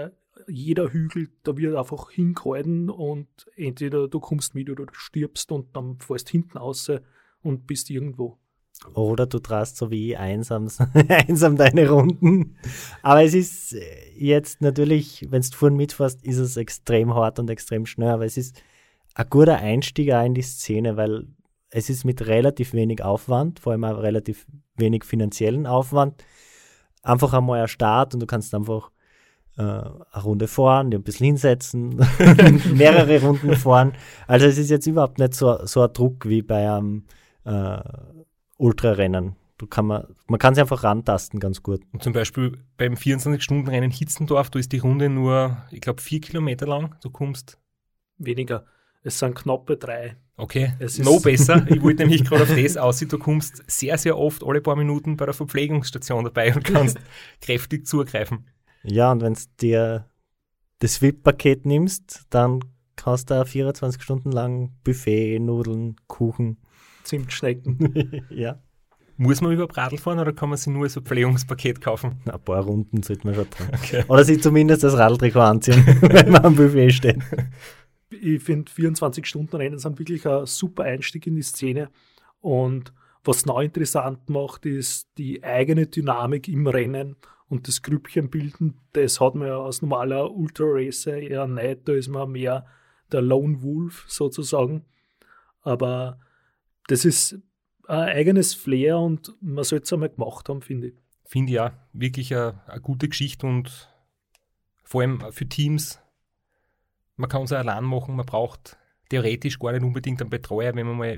jeder Hügel, da wird einfach hingehalten und entweder du kommst mit oder du stirbst und dann fährst hinten raus und bist irgendwo. Oder du drast so wie ich einsam, einsam deine Runden. Aber es ist jetzt natürlich, wenn du vorhin mitfährst, ist es extrem hart und extrem schnell. Aber es ist ein guter Einstieg auch in die Szene, weil es ist mit relativ wenig Aufwand, vor allem auch relativ wenig finanziellen Aufwand, einfach einmal ein Start und du kannst einfach äh, eine Runde fahren, dir ein bisschen hinsetzen, mehrere Runden fahren. Also es ist jetzt überhaupt nicht so, so ein Druck wie bei einem äh, Ultrarennen. Du kann man, man kann sich einfach rantasten ganz gut. Und zum Beispiel beim vierundzwanzig-Stunden-Rennen Hitzendorf, da ist die Runde nur, ich glaube, vier Kilometer lang. Du kommst weniger. Es sind knappe drei. Okay, es noch besser. Ich wollte nämlich gerade auf das aussehen. Du kommst sehr, sehr oft alle paar Minuten bei der Verpflegungsstation dabei und kannst kräftig zugreifen. Ja, und wenn du dir das V I P-Paket nimmst, dann kannst du vierundzwanzig Stunden lang Buffet, Nudeln, Kuchen. Zimtschnecken. Ja. Muss man über Radl fahren oder kann man sich nur als Verpflegungspaket kaufen? Ein paar Runden sollte man schon dran. Okay. Oder sich zumindest das Radltrikot anziehen, wenn man am Buffet steht. Ich finde, vierundzwanzig-Stunden-Rennen sind wirklich ein super Einstieg in die Szene. Und was noch interessant macht, ist die eigene Dynamik im Rennen und das Grüppchen bilden. Das hat man ja als normaler Ultra-Racer eher nicht. Da ist man mehr der Lone Wolf sozusagen. Aber das ist ein eigenes Flair und man sollte es einmal gemacht haben, finde ich. Finde ich auch wirklich eine, eine gute Geschichte und vor allem für Teams. Man kann es auch allein machen, man braucht theoretisch gar nicht unbedingt einen Betreuer, wenn man mal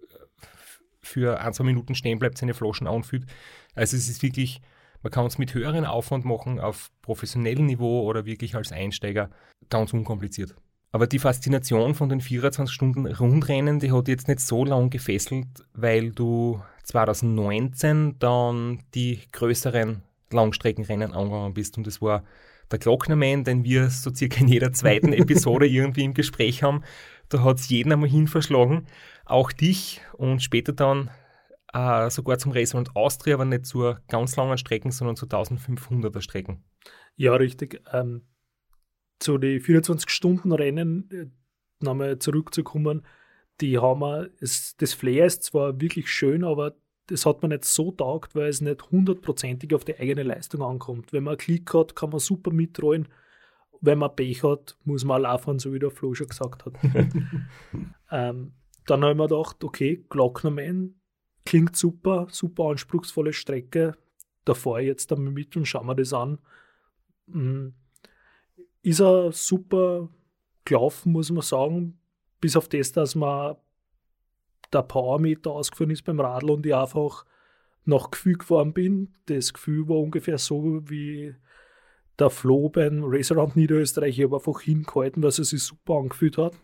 für ein, zwei Minuten stehen bleibt, seine Flaschen anfüllt. Also es ist wirklich, man kann es mit höheren Aufwand machen, auf professionellem Niveau oder wirklich als Einsteiger, ganz unkompliziert. Aber die Faszination von den vierundzwanzig Stunden Rundrennen, die hat jetzt nicht so lange gefesselt, weil du zwanzig neunzehn dann die größeren Langstreckenrennen angegangen bist. Und das war der Glocknerman, den wir so circa in jeder zweiten Episode irgendwie im Gespräch haben. Da hat es jeden einmal hin verschlagen, auch dich und später dann äh, sogar zum Raceround Austria, aber nicht zu ganz langen Strecken, sondern zu eintausendfünfhunderter Strecken. Ja, richtig. Ähm zu den vierundzwanzig-Stunden-Rennen nochmal zurückzukommen, die haben wir, es, das Flair ist zwar wirklich schön, aber das hat man nicht so taugt, weil es nicht hundertprozentig auf die eigene Leistung ankommt. Wenn man einen Klick hat, kann man super mitrollen. Wenn man Pech hat, muss man allein fahren, so wie der Flo schon gesagt hat. ähm, dann haben wir gedacht, okay, Glocknerman klingt super, super anspruchsvolle Strecke. Da fahre ich jetzt einmal mit und schauen wir das an. Mhm. Ist er super gelaufen, muss man sagen, bis auf das, dass man der Powermeter ausgefahren ist beim Radl und ich einfach nach Gefühl gefahren bin. Das Gefühl war ungefähr so wie der Flo beim Raceround Niederösterreich. Ich habe einfach hingehalten, weil es sich super angefühlt hat.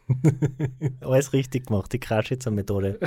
Alles richtig gemacht, die Kraschitzer-Methode.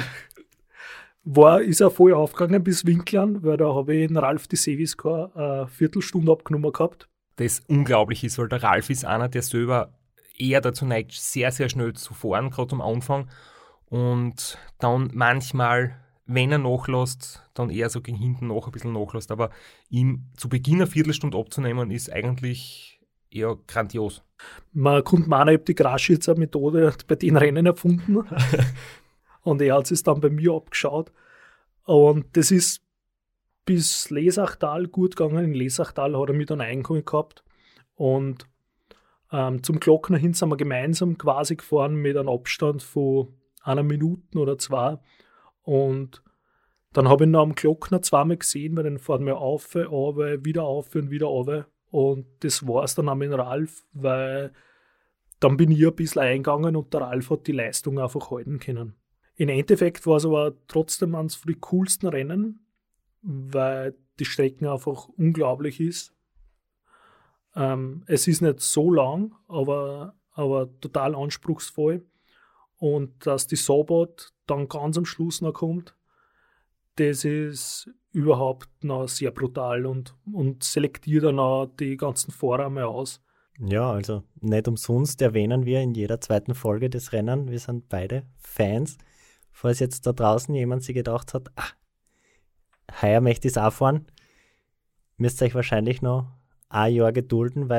War, ist er voll aufgegangen bis Winklern, weil da habe ich den Ralf die Seviscar eine Viertelstunde abgenommen gehabt. Das unglaublich ist, weil der Ralf ist einer, der selber eher dazu neigt, sehr, sehr schnell zu fahren, gerade am Anfang. Und dann manchmal, wenn er nachlässt, dann eher so gegen hinten noch ein bisschen nachlässt. Aber ihm zu Beginn eine Viertelstunde abzunehmen, ist eigentlich eher grandios. Man konnte meinen, ich habe die Kraschitzer-Methode bei den Rennen erfunden. Und er hat es dann bei mir abgeschaut. Und das ist bis Lesachtal gut gegangen. In Lesachtal hat er mich dann eingeholt gehabt. Und ähm, zum Glockner hin sind wir gemeinsam quasi gefahren mit einem Abstand von einer Minute oder zwei. Und dann habe ich ihn am Glockner zweimal gesehen, weil dann fahren wir auf, auf, wieder auf und wieder auf. Und das war es dann auch mit Ralf, weil dann bin ich ein bisschen eingegangen und der Ralf hat die Leistung einfach halten können. Im Endeffekt war es aber trotzdem eines von den coolsten Rennen, weil die Strecke einfach unglaublich ist. Ähm, es ist nicht so lang, aber, aber total anspruchsvoll. Und dass die Sabot dann ganz am Schluss noch kommt, das ist überhaupt noch sehr brutal und, und selektiert dann auch die ganzen Fahrer mal aus. Ja, also nicht umsonst erwähnen wir in jeder zweiten Folge des Rennen, wir sind beide Fans. Falls jetzt da draußen jemand sich gedacht hat, ah, heuer möchte ich es auch fahren, müsst ihr euch wahrscheinlich noch ein Jahr gedulden, weil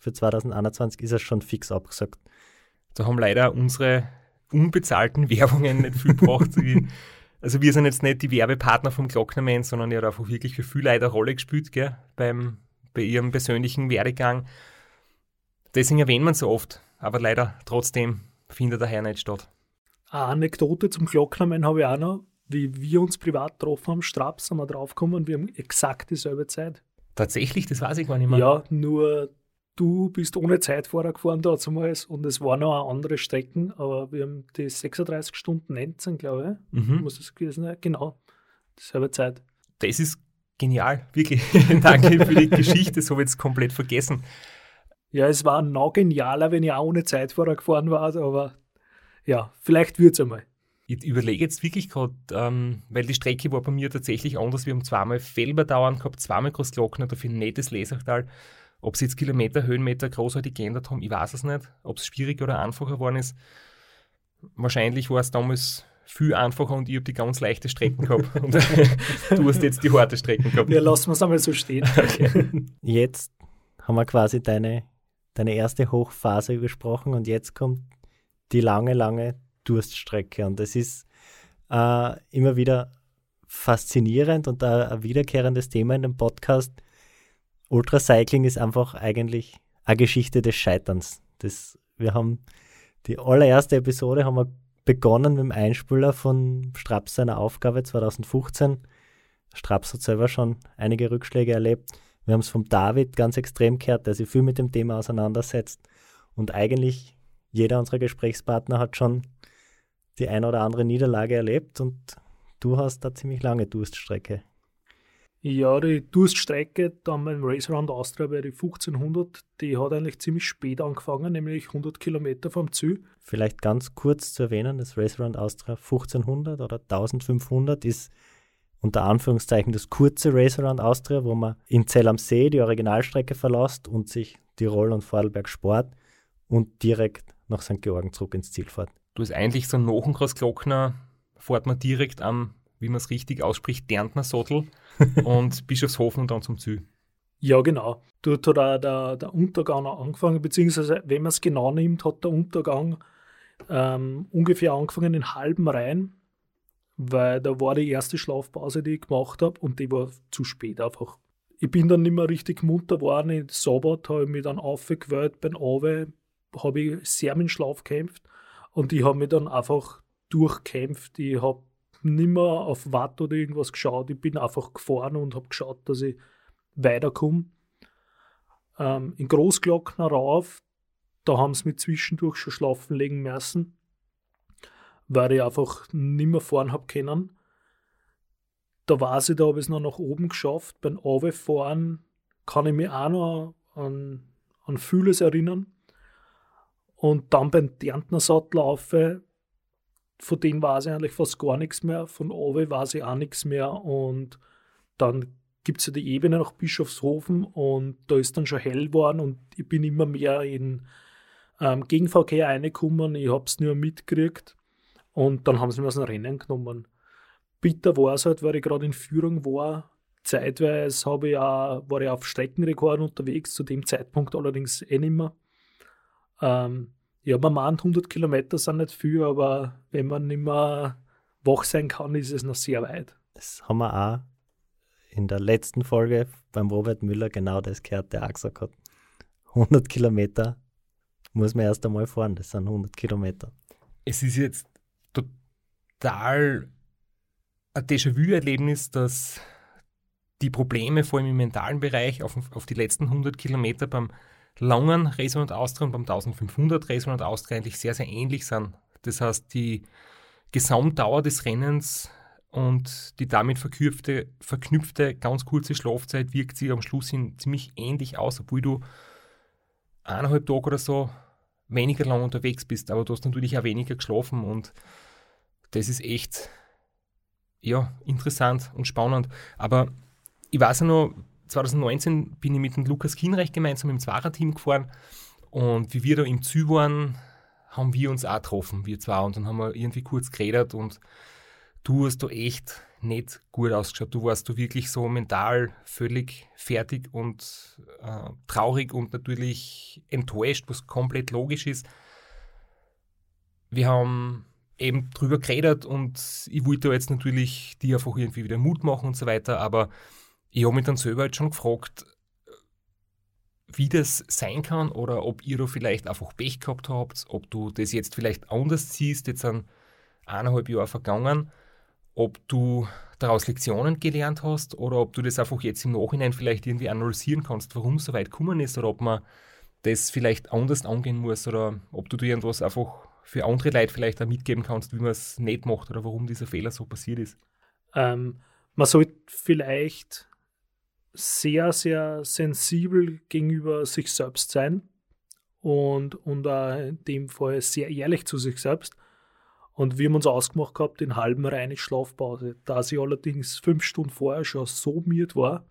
für zwanzig einundzwanzig ist er schon fix abgesagt. Da haben leider unsere unbezahlten Werbungen nicht viel gebracht. Also wir sind jetzt nicht die Werbepartner vom Glocknerman, sondern er hat einfach wirklich für viele Leute eine Rolle gespielt, gell, beim, bei ihrem persönlichen Werdegang. Deswegen erwähnt man so oft, aber leider trotzdem findet er heuer nicht statt. Eine Anekdote zum Glocknerman habe ich auch noch. Wie wir uns privat getroffen haben, Straps, sind wir draufgekommen, wir haben exakt dieselbe Zeit. Tatsächlich, das weiß ich gar nicht mehr. Ja, nur du bist ohne Zeitfahrer gefahren damals und es waren noch andere Strecken, aber wir haben die sechsunddreißig Stunden neunzehn, glaube ich. Mhm. Muss das gewesen sein? Genau, dieselbe Zeit. Das ist genial, wirklich. Danke für die Geschichte, das habe ich jetzt komplett vergessen. Ja, es war noch genialer, wenn ich auch ohne Zeitfahrer gefahren war, aber ja, vielleicht wird es einmal. Ich überlege jetzt wirklich gerade, ähm, weil die Strecke war bei mir tatsächlich anders. Wir haben zweimal Felberdauern gehabt, zweimal Großglockner, dafür ein nettes Lesachtal. Ob sie jetzt Kilometer, Höhenmeter großartig geändert haben, ich weiß es nicht. Ob es schwierig oder einfacher geworden ist. Wahrscheinlich war es damals viel einfacher und ich habe die ganz leichte Strecken gehabt. Und du hast jetzt die harte Strecken gehabt. Ja, lassen wir es einmal so stehen. Okay. Jetzt haben wir quasi deine, deine erste Hochphase besprochen und jetzt kommt die lange, lange Durststrecke. Und das ist äh, immer wieder faszinierend und ein, ein wiederkehrendes Thema in dem Podcast. Ultracycling ist einfach eigentlich eine Geschichte des Scheiterns. Das, wir haben die allererste Episode haben wir begonnen mit dem Einspieler von Straps seiner Aufgabe zwanzig fünfzehn. Straps hat selber schon einige Rückschläge erlebt. Wir haben es vom David ganz extrem gehört, der sich viel mit dem Thema auseinandersetzt. Und eigentlich jeder unserer Gesprächspartner hat schon die eine oder andere Niederlage erlebt und du hast eine ziemlich lange Durststrecke. Ja, die Durststrecke dann beim Race Around Austria bei die fünfzehnhundert, die hat eigentlich ziemlich spät angefangen, nämlich hundert Kilometer vom Ziel. Vielleicht ganz kurz zu erwähnen, das Race Around Austria fünfzehnhundert oder eintausendfünfhundert ist unter Anführungszeichen das kurze Race Around Austria, wo man in Zell am See die Originalstrecke verlässt und sich Tirol und Vorarlberg spart und direkt nach Sankt Georgen zurück ins Ziel fährt. Du hast eigentlich so nach dem Großglockner fährt man direkt am, wie man es richtig ausspricht, Derntner Sattel und Bischofshofen und dann zum Ziel. Ja, genau. Dort hat auch der, der Untergang angefangen, beziehungsweise wenn man es genau nimmt, hat der Untergang ähm, ungefähr angefangen in halben Rhein, weil da war die erste Schlafpause, die ich gemacht habe und die war zu spät einfach. Ich bin dann nicht mehr richtig munter geworden. In Sabbat habe ich mich dann aufgewählt, beim Awe habe ich sehr mit dem Schlaf gekämpft und ich habe mich dann einfach durchkämpft. Ich habe nicht mehr auf Watt oder irgendwas geschaut. Ich bin einfach gefahren und habe geschaut, dass ich weiterkomme. Ähm, in Großglockner rauf, da haben sie mich zwischendurch schon schlafen legen müssen, weil ich einfach nicht mehr fahren habe können. Da weiß ich, da habe ich es noch nach oben geschafft. Beim Runterfahren kann ich mich auch noch an, an vieles erinnern. Und dann beim Derntner Sattellaufe, von denen weiß ich eigentlich fast gar nichts mehr. Von oben weiß ich auch nichts mehr. Und dann gibt es ja die Ebene nach Bischofshofen und da ist dann schon hell geworden und ich bin immer mehr in ähm, Gegenverkehr reingekommen. Ich habe es nur mitgekriegt und dann haben sie mir aus dem Rennen genommen. Bitter war es halt, weil ich gerade in Führung war. Zeitweise habe ich auch, war ich auf Streckenrekorden unterwegs, zu dem Zeitpunkt allerdings eh nicht mehr. Ähm, ja, man meint, hundert Kilometer sind nicht viel, aber wenn man nicht mehr wach sein kann, ist es noch sehr weit. Das haben wir auch in der letzten Folge beim Robert Müller genau das gehört, der auch gesagt hat. hundert Kilometer muss man erst einmal fahren, das sind hundert Kilometer. Es ist jetzt total ein Déjà-vu-Erlebnis, dass die Probleme vor allem im mentalen Bereich auf, auf die letzten hundert Kilometer beim langen Race Around Austria und beim eintausendfünfhundert Race Around Austria eigentlich sehr, sehr ähnlich sind. Das heißt, die Gesamtdauer des Rennens und die damit verknüpfte, verknüpfte ganz kurze Schlafzeit wirkt sich am Schluss hin ziemlich ähnlich aus, obwohl du eineinhalb Tage oder so weniger lang unterwegs bist, aber du hast natürlich auch weniger geschlafen und das ist echt ja, interessant und spannend. Aber ich weiß ja noch, zwanzig neunzehn bin ich mit dem Lukas Kinreich gemeinsam im Zwarer-Team gefahren und wie wir da im Ziel waren, haben wir uns auch getroffen, wir zwei, und dann haben wir irgendwie kurz geredet und du hast da echt nicht gut ausgeschaut. Du warst du wirklich so mental völlig fertig und äh, traurig und natürlich enttäuscht, was komplett logisch ist. Wir haben eben drüber geredet und ich wollte jetzt natürlich dir einfach irgendwie wieder Mut machen und so weiter, aber ich habe mich dann selber jetzt schon gefragt, wie das sein kann oder ob ihr da vielleicht einfach Pech gehabt habt, ob du das jetzt vielleicht anders siehst, jetzt sind eineinhalb Jahre vergangen, ob du daraus Lektionen gelernt hast oder ob du das einfach jetzt im Nachhinein vielleicht irgendwie analysieren kannst, warum es so weit gekommen ist oder ob man das vielleicht anders angehen muss oder ob du dir irgendwas einfach für andere Leute vielleicht auch mitgeben kannst, wie man es nicht macht oder warum dieser Fehler so passiert ist. Ähm, man sollte vielleicht sehr, sehr sensibel gegenüber sich selbst sein und, und auch in dem Fall sehr ehrlich zu sich selbst. Und wir haben uns ausgemacht gehabt, den halben reine Schlafpause. Da ich allerdings fünf Stunden vorher schon so müde war,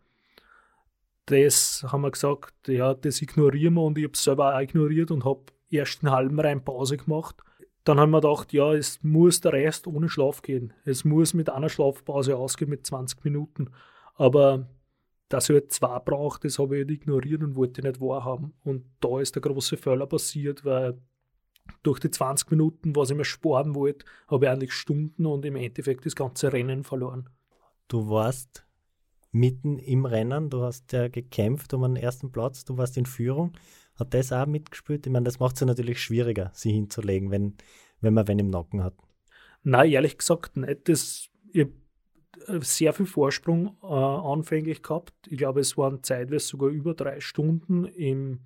das haben wir gesagt, ja, das ignorieren wir und ich habe es selber auch ignoriert und habe erst den halben rein Pause gemacht. Dann haben wir gedacht, ja, es muss der Rest ohne Schlaf gehen. Es muss mit einer Schlafpause ausgehen mit zwanzig Minuten. Aber dass ich halt zwei brauche, das habe ich halt ignoriert und wollte nicht wahrhaben. Und da ist der große Fehler passiert, weil durch die zwanzig Minuten, was ich mir sparen wollte, habe ich eigentlich Stunden und im Endeffekt das ganze Rennen verloren. Du warst mitten im Rennen, du hast ja gekämpft um den ersten Platz, du warst in Führung. Hat das auch mitgespielt? Ich meine, das macht es ja natürlich schwieriger, sie hinzulegen, wenn, wenn man wen im Nacken hat. Nein, ehrlich gesagt nicht. Das, ich habe sehr viel Vorsprung äh, anfänglich gehabt. Ich glaube, es waren zeitweise sogar über drei Stunden im,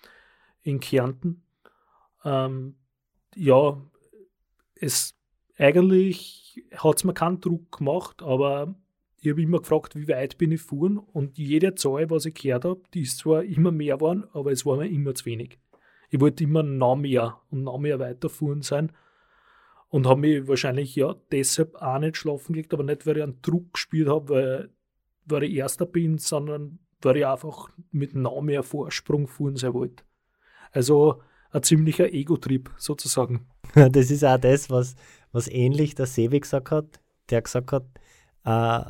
in Kärnten. Ähm, ja, es eigentlich hat es mir keinen Druck gemacht, aber ich habe immer gefragt, wie weit bin ich gefahren und jede Zahl, was ich gehört habe, die ist zwar immer mehr geworden, aber es war mir immer zu wenig. Ich wollte immer noch mehr und noch mehr weiterfahren sein und habe mich wahrscheinlich ja deshalb auch nicht schlafen gelegt, aber nicht, weil ich einen Druck gespürt habe, weil, weil ich Erster bin, sondern weil ich einfach mit noch mehr Vorsprung fahren sein wollte. Also ein ziemlicher Ego-Trip sozusagen. Das ist auch das, was, was ähnlich der Sevi gesagt hat, der gesagt hat, äh,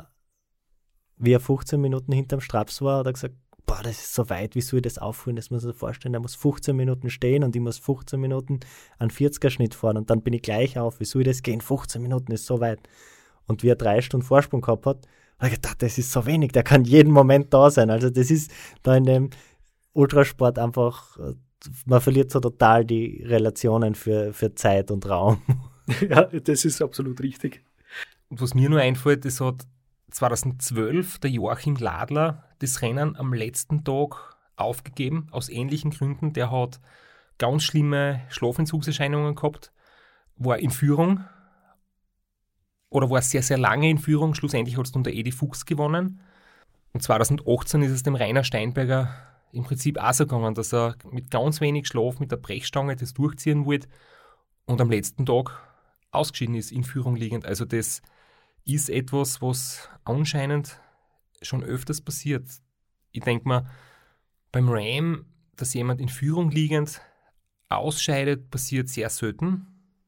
wie er fünfzehn Minuten hinterm Straps war, hat er gesagt, boah, das ist so weit, wie soll ich das aufholen? Das muss man sich vorstellen, er muss fünfzehn Minuten stehen und ich muss fünfzehn Minuten einen vierziger-Schnitt fahren und dann bin ich gleich auf, wie soll ich das gehen? fünfzehn Minuten ist so weit. Und wie er drei Stunden Vorsprung gehabt hat, hat er gedacht, das ist so wenig, der kann jeden Moment da sein. Also das ist da in dem Ultrasport einfach, man verliert so total die Relationen für, für Zeit und Raum. Ja, das ist absolut richtig. Und was mir nur einfällt, das hat zweitausendzwölf der Joachim Ladler das Rennen am letzten Tag aufgegeben, aus ähnlichen Gründen. Der hat ganz schlimme Schlafentzugserscheinungen gehabt, war in Führung oder war sehr, sehr lange in Führung. Schlussendlich hat es dann der Edi Fuchs gewonnen. Und zweitausendachtzehn ist es dem Rainer Steinberger im Prinzip auch so gegangen, dass er mit ganz wenig Schlaf mit der Brechstange das durchziehen wollte und am letzten Tag ausgeschieden ist, in Führung liegend. Also das ist etwas, was anscheinend schon öfters passiert. Ich denke mal, beim Ram, dass jemand in Führung liegend ausscheidet, passiert sehr selten.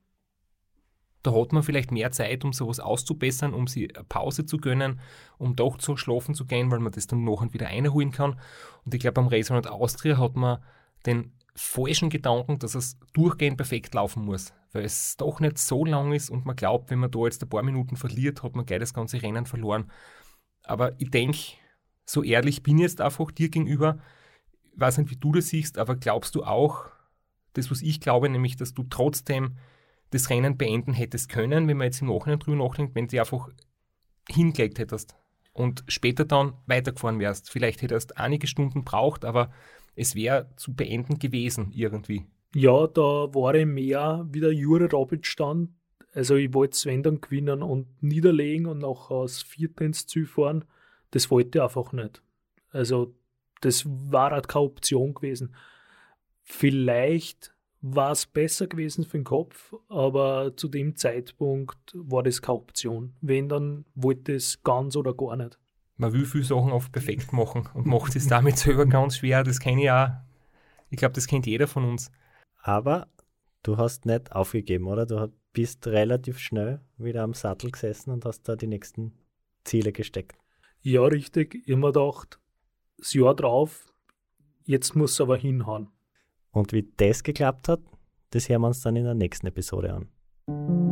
Da hat man vielleicht mehr Zeit, um sowas auszubessern, um sie eine Pause zu gönnen, um doch zu schlafen zu gehen, weil man das dann nachher wieder einholen kann. Und ich glaube, beim Race Around Austria hat man den falschen Gedanken, dass es durchgehend perfekt laufen muss, weil es doch nicht so lang ist und man glaubt, wenn man da jetzt ein paar Minuten verliert, hat man gleich das ganze Rennen verloren. Aber ich denke, so ehrlich bin ich jetzt einfach dir gegenüber, ich weiß nicht, wie du das siehst, aber glaubst du auch, das, was ich glaube, nämlich, dass du trotzdem das Rennen beenden hättest können, wenn man jetzt im Nachhinein drüber nachdenkt, wenn du einfach hingelegt hättest und später dann weitergefahren wärst. Vielleicht hättest du einige Stunden braucht, aber es wäre zu beenden gewesen irgendwie. Ja, da war ich mehr wie der Jure Rabic stand. Also ich wollte Sven dann gewinnen und niederlegen und auch als Vierter ins Ziel fahren. Das wollte ich einfach nicht. Also das war halt keine Option gewesen. Vielleicht war es besser gewesen für den Kopf, aber zu dem Zeitpunkt war das keine Option. Wenn, dann wollte es ganz oder gar nicht. Man will viele Sachen oft perfekt machen und macht es damit selber ganz schwer. Das kenne ich auch. Ich glaube, das kennt jeder von uns. Aber du hast nicht aufgegeben, oder? Du bist relativ schnell wieder am Sattel gesessen und hast da die nächsten Ziele gesteckt. Ja, richtig. Ich habe mir gedacht, das Jahr drauf, jetzt muss es aber hinhauen. Und wie das geklappt hat, das hören wir uns dann in der nächsten Episode an.